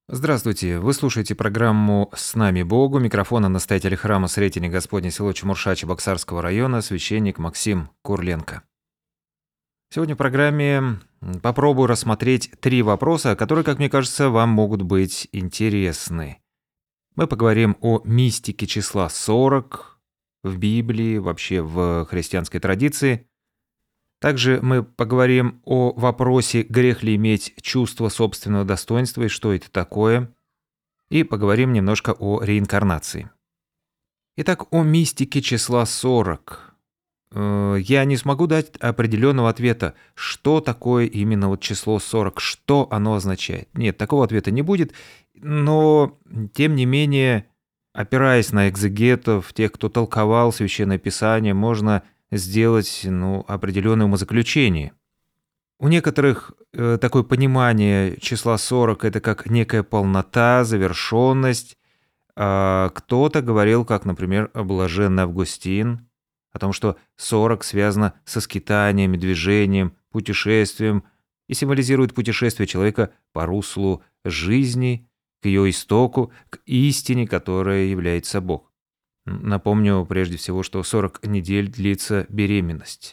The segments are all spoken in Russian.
Здравствуйте, вы слушаете программу «С нами Богу». Микрофона настоятель храма Сретения Господня село Чемурша Чебоксарского района, священник Максим Курленко. Сегодня в программе попробую рассмотреть три вопроса, которые, как мне кажется, вам могут быть интересны. Мы поговорим о мистике числа 40 в Библии, вообще в христианской традиции. Также мы поговорим о вопросе, грех ли иметь чувство собственного достоинства и что это такое. И поговорим немножко о реинкарнации. Итак, о мистике числа 40. Я не смогу дать определенного ответа, что такое именно вот число 40, что оно означает. Нет, такого ответа не будет, но тем не менее, опираясь на экзегетов, тех, кто толковал Священное Писание, можно сделать определенное умозаключение. У некоторых такое понимание числа 40 это как некая полнота, завершенность. А кто-то говорил, как, например, блаженный Августин, о том, что 40 связано со скитаниями, движением, путешествием и символизирует путешествие человека по руслу жизни, к ее истоку, к истине, которая является Бог. Напомню прежде всего, что 40 недель длится беременность.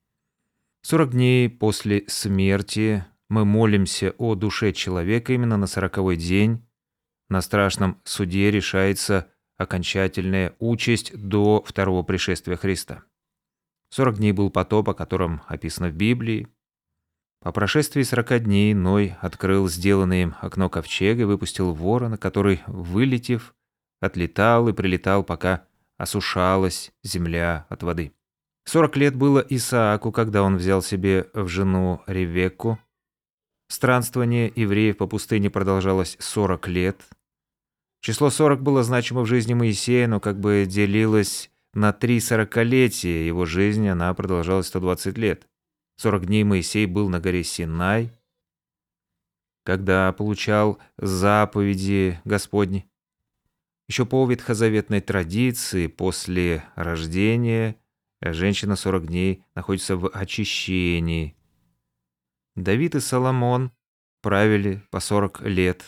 40 дней после смерти мы молимся о душе человека именно на 40-й день. На страшном суде решается окончательная участь до второго пришествия Христа. 40 дней был потоп, о котором описано в Библии. По прошествии 40 дней Ной открыл сделанное им окно ковчега и выпустил ворона, который, вылетев, отлетал и прилетал, пока осушалась земля от воды. 40 лет было Исааку, когда он взял себе в жену Ревекку. Странствование евреев по пустыне продолжалось 40 лет. Число 40 было значимо в жизни Моисея, но как бы делилось на 3 сорокалетия. Его жизнь, она продолжалась 120 лет. 40 дней Моисей был на горе Синай, когда получал заповеди Господни. Еще по ветхозаветной традиции, после рождения, женщина 40 дней находится в очищении. Давид и Соломон правили по 40 лет.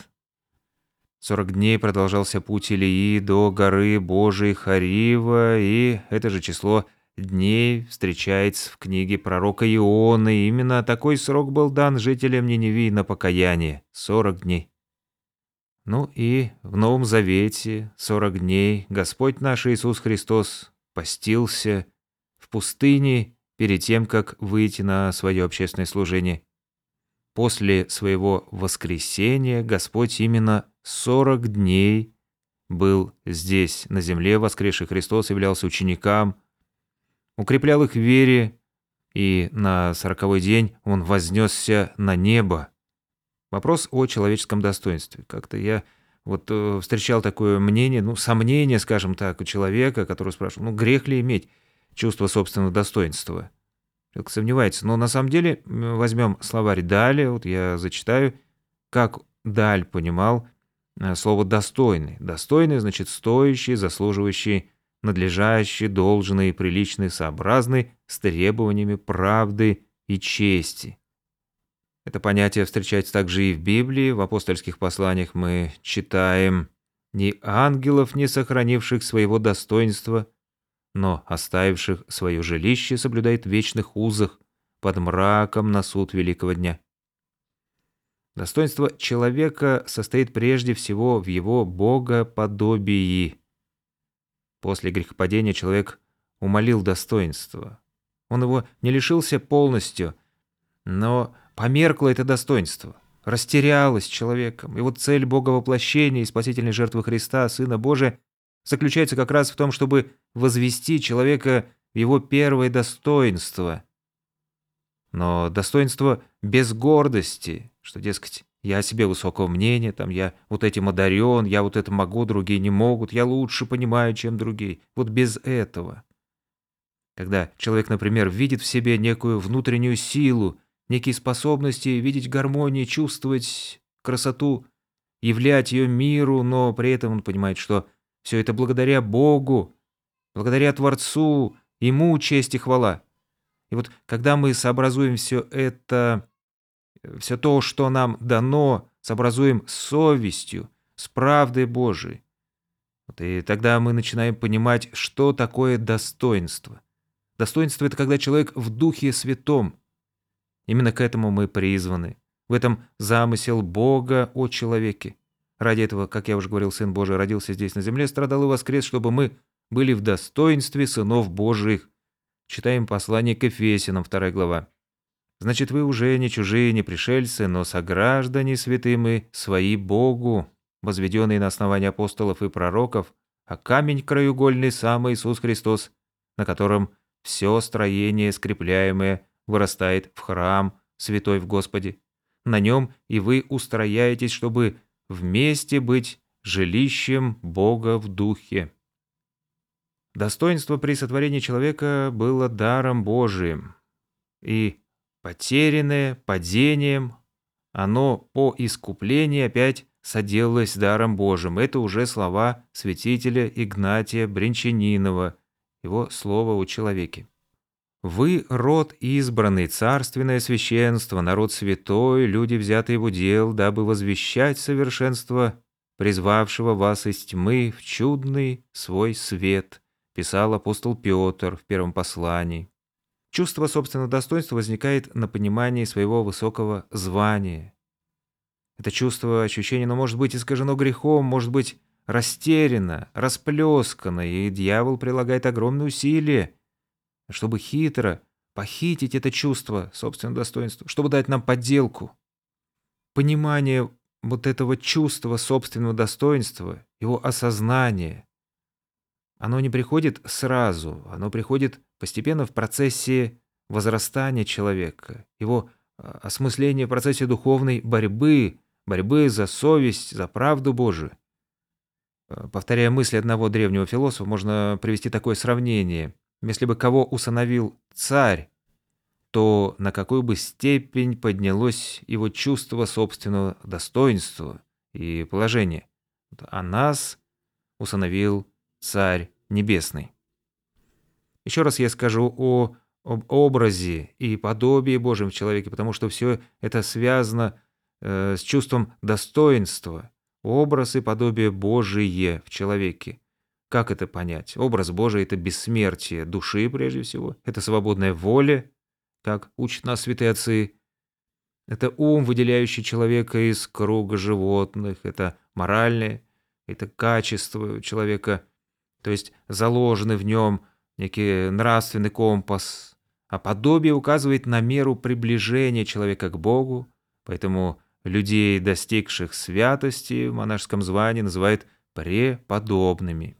40 дней продолжался путь Илии до горы Божией Хорива, и это же число дней встречается в книге пророка Ионы. И именно такой срок был дан жителям Ниневии на покаяние – 40 дней. Ну и в Новом Завете 40 дней Господь наш Иисус Христос постился в пустыне перед тем, как выйти на свое общественное служение. После своего воскресения Господь именно 40 дней был здесь, на земле. Воскресший Христос являлся ученикам, укреплял их в вере, и на 40-й день Он вознесся на небо. Вопрос о человеческом достоинстве. Как-то я встречал такое мнение, сомнение, скажем так, у человека, который спрашивал, грех ли иметь чувство собственного достоинства? Человек сомневается, но на самом деле возьмем словарь Даля, вот я зачитаю, как Даль понимал слово «достойный». Достойный значит стоящий, заслуживающий, надлежащий, должный, приличный, сообразный с требованиями правды и чести. Это понятие встречается также и в Библии. В апостольских посланиях мы читаем «ни ангелов, не сохранивших своего достоинства, но оставивших свое жилище соблюдает в вечных узах под мраком на суд великого дня». Достоинство человека состоит прежде всего в его богоподобии. После грехопадения человек умалил достоинство. Он его не лишился полностью, но померкло это достоинство, растерялось человеком. И вот цель боговоплощения и спасительной жертвы Христа, Сына Божия, заключается как раз в том, чтобы возвести человека в его первое достоинство. Но достоинство без гордости, что, дескать, я о себе высокого мнения, я вот этим одарен, я вот это могу, другие не могут, я лучше понимаю, чем другие. Вот без этого. Когда человек, например, видит в себе некую внутреннюю силу, некие способности видеть гармонию, чувствовать красоту, являть ее миру, но при этом он понимает, что все это благодаря Богу, благодаря Творцу, Ему честь и хвала. И вот когда мы сообразуем все это Все то, что нам дано, сообразуем с совестью, с правдой Божией. И тогда мы начинаем понимать, что такое достоинство. Достоинство – это когда человек в Духе Святом. Именно к этому мы призваны. В этом замысел Бога о человеке. Ради этого, как я уже говорил, Сын Божий родился здесь на земле, страдал и воскрес, чтобы мы были в достоинстве сынов Божиих. Читаем послание к Ефесянам, 2 глава. Значит, вы уже не чужие, не пришельцы, но сограждане святымы, свои Богу, возведенные на основании апостолов и пророков, а камень краеугольный сам Иисус Христос, на котором все строение скрепляемое вырастает в храм, святой в Господе. На нем и вы устрояетесь, чтобы вместе быть жилищем Бога в Духе. Достоинство при сотворении человека было даром Божиим, и потерянное падением, оно по искуплении опять соделалось даром Божиим. Это уже слова святителя Игнатия Брянчанинова, его слово о человеке. «Вы род избранный, царственное священство, народ святой, люди, взятые в удел, дабы возвещать совершенство, призвавшего вас из тьмы в чудный свой свет», писал апостол Петр в первом послании. Чувство собственного достоинства возникает на понимании своего высокого звания. Это чувство, ощущение, оно может быть искажено грехом, может быть растеряно, расплескано, и дьявол прилагает огромные усилия, чтобы хитро похитить это чувство собственного достоинства, чтобы дать нам подделку. Понимание вот этого чувства собственного достоинства, его осознание, оно не приходит сразу, оно приходит постепенно в процессе возрастания человека, его осмысления в процессе духовной борьбы за совесть, за правду Божию. Повторяя мысли одного древнего философа, можно привести такое сравнение. Если бы кого усыновил царь, то на какую бы степень поднялось его чувство собственного достоинства и положения. А нас усыновил Царь Небесный. Еще раз я скажу об образе и подобии Божьем в человеке, потому что все это связано с чувством достоинства. Образ и подобие Божие в человеке. Как это понять? Образ Божий – это бессмертие души, прежде всего. Это свободная воля, как учат нас святые отцы. Это ум, выделяющий человека из круга животных. Это моральное, это качество человека, то есть заложенный в нем некий нравственный компас. А подобие указывает на меру приближения человека к Богу, поэтому людей, достигших святости в монашеском звании, называют преподобными.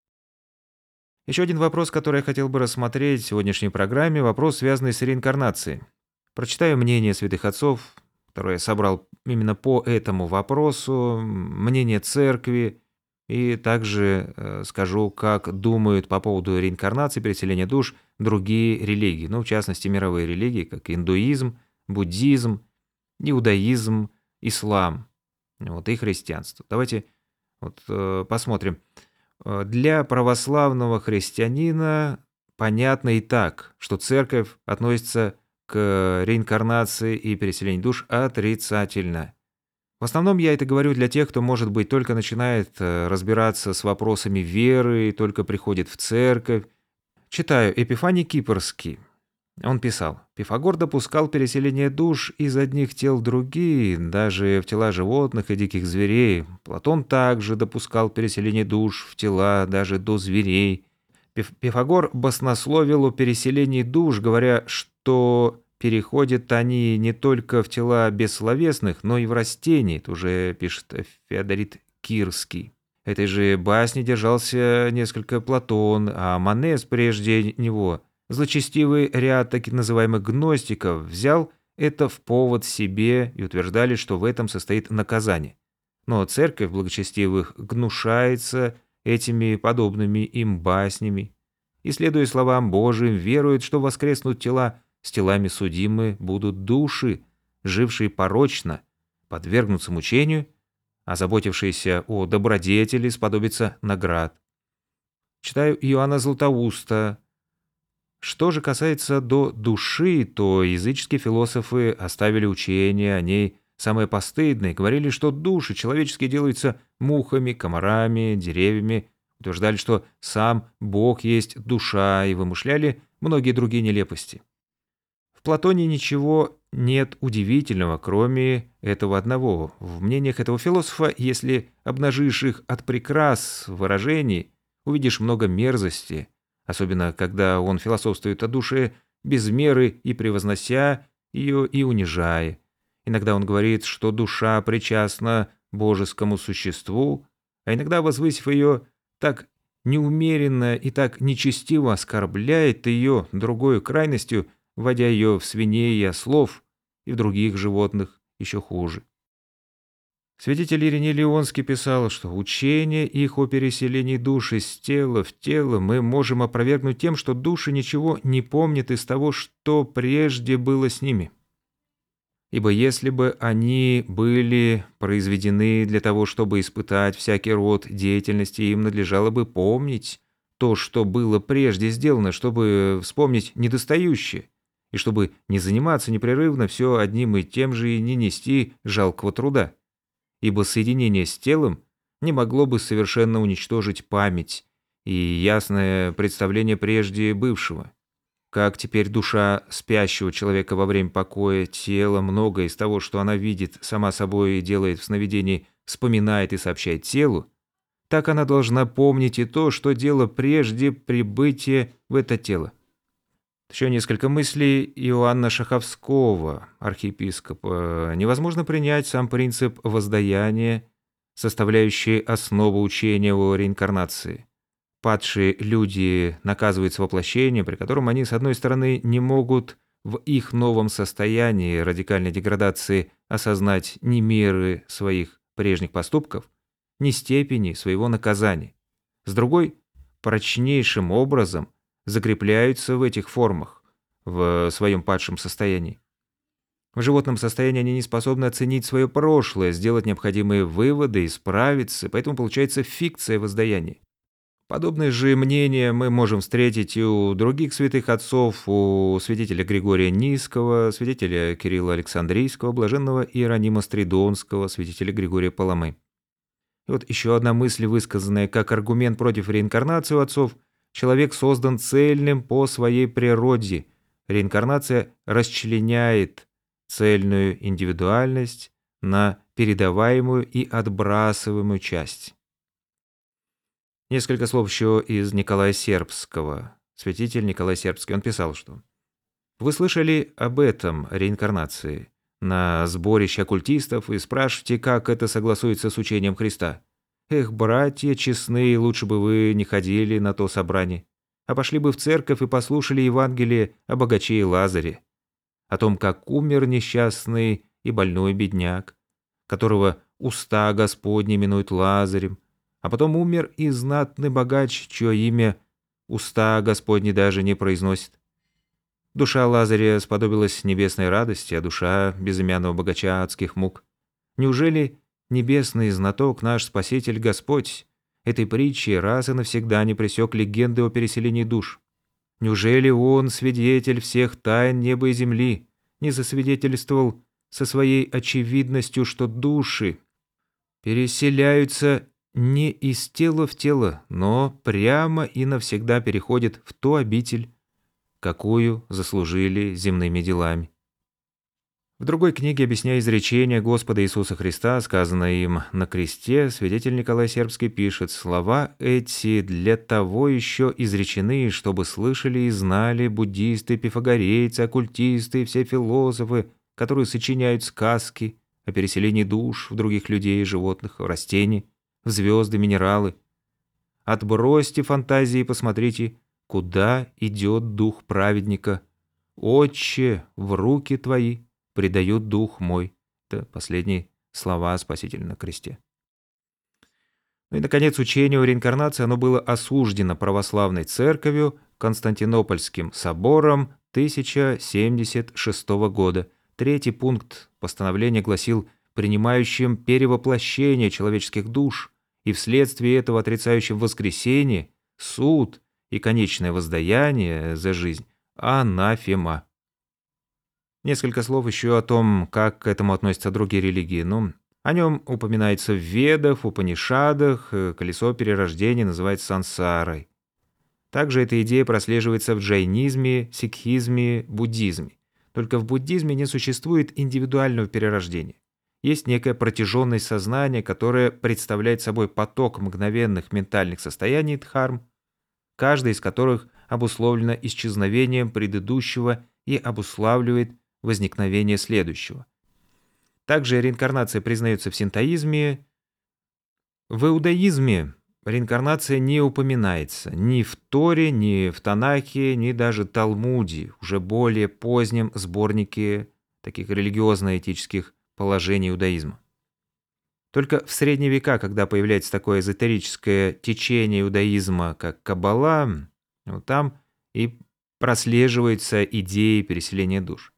Еще один вопрос, который я хотел бы рассмотреть в сегодняшней программе, вопрос, связанный с реинкарнацией. Прочитаю мнение святых отцов, которое я собрал именно по этому вопросу, мнение церкви, и также скажу, как думают по поводу реинкарнации, переселения душ другие религии, в частности мировые религии, как индуизм, буддизм, иудаизм, ислам, и христианство. Давайте посмотрим. Для православного христианина понятно и так, что церковь относится к реинкарнации и переселению душ отрицательно. В основном я это говорю для тех, кто, может быть, только начинает разбираться с вопросами веры, только приходит в церковь. Читаю Эпифаний Кипрский. Он писал: «Пифагор допускал переселение душ из одних тел в другие, даже в тела животных и диких зверей. Платон также допускал переселение душ в тела даже до зверей. Пифагор баснословил о переселении душ, говоря, что переходят они не только в тела бессловесных, но и в растения». Это уже пишет Феодорит Кирский. Этой же басни держался несколько Платон, а Манес прежде него, злочестивый ряд так называемых гностиков, взял это в повод себе и утверждали, что в этом состоит наказание. Но церковь благочестивых гнушается этими подобными им баснями и, следуя словам Божиим, верует, что воскреснут тела, с телами судимы будут души, жившие порочно, подвергнутся мучению, а заботившиеся о добродетели сподобятся наград. Читаю Иоанна Златоуста. Что же касается до души, то языческие философы оставили учение о ней самое постыдное, говорили, что души человеческие делаются мухами, комарами, деревьями, утверждали, что сам Бог есть душа, и вымышляли многие другие нелепости. В Платоне ничего нет удивительного, кроме этого одного. В мнениях этого философа, если обнажишь их от прикрас выражений, увидишь много мерзости, особенно когда он философствует о душе без меры и превознося ее и унижая. Иногда он говорит, что душа причастна божескому существу, а иногда, возвысив ее, так неумеренно и так нечестиво оскорбляет ее другой крайностью, вводя ее в свиней и ослов, и в других животных еще хуже. Святитель Ириней Лионский писал, что учение их о переселении душ из тела в тело мы можем опровергнуть тем, что души ничего не помнят из того, что прежде было с ними. Ибо если бы они были произведены для того, чтобы испытать всякий род деятельности, им надлежало бы помнить то, что было прежде сделано, чтобы вспомнить недостающее, и чтобы не заниматься непрерывно все одним и тем же и не нести жалкого труда. Ибо соединение с телом не могло бы совершенно уничтожить память и ясное представление прежде бывшего. Как теперь душа спящего человека во время покоя, тело, многое из того, что она видит сама собой и делает в сновидении, вспоминает и сообщает телу, так она должна помнить и то, что дело прежде прибытия в это тело. Еще несколько мыслей Иоанна Шаховского, архиепископа. Невозможно принять сам принцип воздаяния, составляющий основу учения о реинкарнации. Падшие люди наказываются воплощением, при котором они, с одной стороны, не могут в их новом состоянии радикальной деградации осознать ни меры своих прежних поступков, ни степени своего наказания. С другой, прочнейшим образом закрепляются в этих формах, в своем падшем состоянии. В животном состоянии они не способны оценить свое прошлое, сделать необходимые выводы, исправиться, поэтому получается фикция воздаяния. Подобное же мнение мы можем встретить и у других святых отцов, у святителя Григория Низкого, святителя Кирилла Александрийского, блаженного Иеронима Стридонского, святителя Григория Паламы. И вот еще одна мысль, высказанная как аргумент против реинкарнации у отцов. Человек создан цельным по своей природе. Реинкарнация расчленяет цельную индивидуальность на передаваемую и отбрасываемую часть. Несколько слов еще из Николая Сербского. Святитель Николай Сербский, он писал, что «Вы слышали об этом, реинкарнации, на сборище оккультистов и спрашиваете, как это согласуется с учением Христа. Эх, братья честные, лучше бы вы не ходили на то собрание, а пошли бы в церковь и послушали Евангелие о богаче и Лазаре, о том, как умер несчастный и больной бедняк, которого уста Господни именуют Лазарем, а потом умер и знатный богач, чье имя уста Господни даже не произносит. Душа Лазаря сподобилась небесной радости, а душа безымянного богача адских мук. Неужели небесный знаток, наш Спаситель Господь, этой притчи раз и навсегда не пресек легенды о переселении душ? Неужели Он, свидетель всех тайн неба и земли, не засвидетельствовал со своей очевидностью, что души переселяются не из тела в тело, но прямо и навсегда переходят в ту обитель, какую заслужили земными делами? В другой книге, объясняя изречение Господа Иисуса Христа, сказанное им на кресте, святитель Николай Сербский пишет: «Слова эти для того еще изречены, чтобы слышали и знали буддисты, пифагорейцы, оккультисты и все философы, которые сочиняют сказки о переселении душ в других людей, животных, растений, в звезды, минералы. Отбросьте фантазии и посмотрите, куда идет дух праведника. Отче, в руки твои предают дух мой». Это последние слова Спасителя на кресте. Ну и, наконец, учение о реинкарнации, оно было осуждено православной церковью Константинопольским собором 1076 года. Третий пункт постановления гласил: принимающим перевоплощение человеческих душ и вследствие этого отрицающим воскресение, суд и конечное воздаяние за жизнь – анафема. Несколько слов еще о том, как к этому относятся другие религии. О нем упоминается в Ведах, в Упанишадах, колесо перерождения называется сансарой. Также эта идея прослеживается в джайнизме, сикхизме, буддизме. Только в буддизме не существует индивидуального перерождения. Есть некая протяженность сознания, которая представляет собой поток мгновенных ментальных состояний дхарм, каждая из которых обусловлена исчезновением предыдущего и обуславливает возникновение следующего. Также реинкарнация признается в синтоизме. В иудаизме реинкарнация не упоминается ни в Торе, ни в Танахе, ни даже Талмуде, уже более позднем сборнике таких религиозно-этических положений иудаизма. Только в средние века, когда появляется такое эзотерическое течение иудаизма, как Каббала, там и прослеживается идея переселения душ.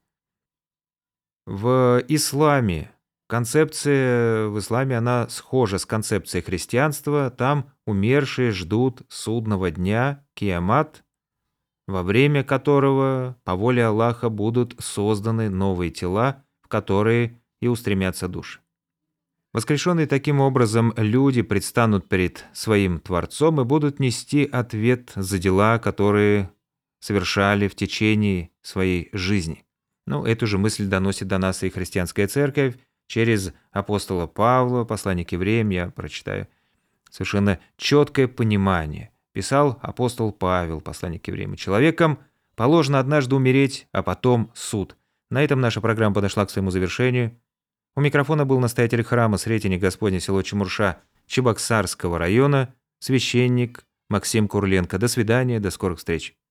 В исламе концепция в исламе она схожа с концепцией христианства. Там умершие ждут судного дня, киямат, во время которого по воле Аллаха будут созданы новые тела, в которые и устремятся души. Воскрешенные таким образом люди предстанут перед своим Творцом и будут нести ответ за дела, которые совершали в течение своей жизни. Эту же мысль доносит до нас и христианская церковь через апостола Павла, послание к евреям, я прочитаю. Совершенно четкое понимание. Писал апостол Павел, послание к евреям. Человекам положено однажды умереть, а потом суд. На этом наша программа подошла к своему завершению. У микрофона был настоятель храма Сретения Господня село Чемурша Чебоксарского района, священник Максим Курленко. До свидания, до скорых встреч.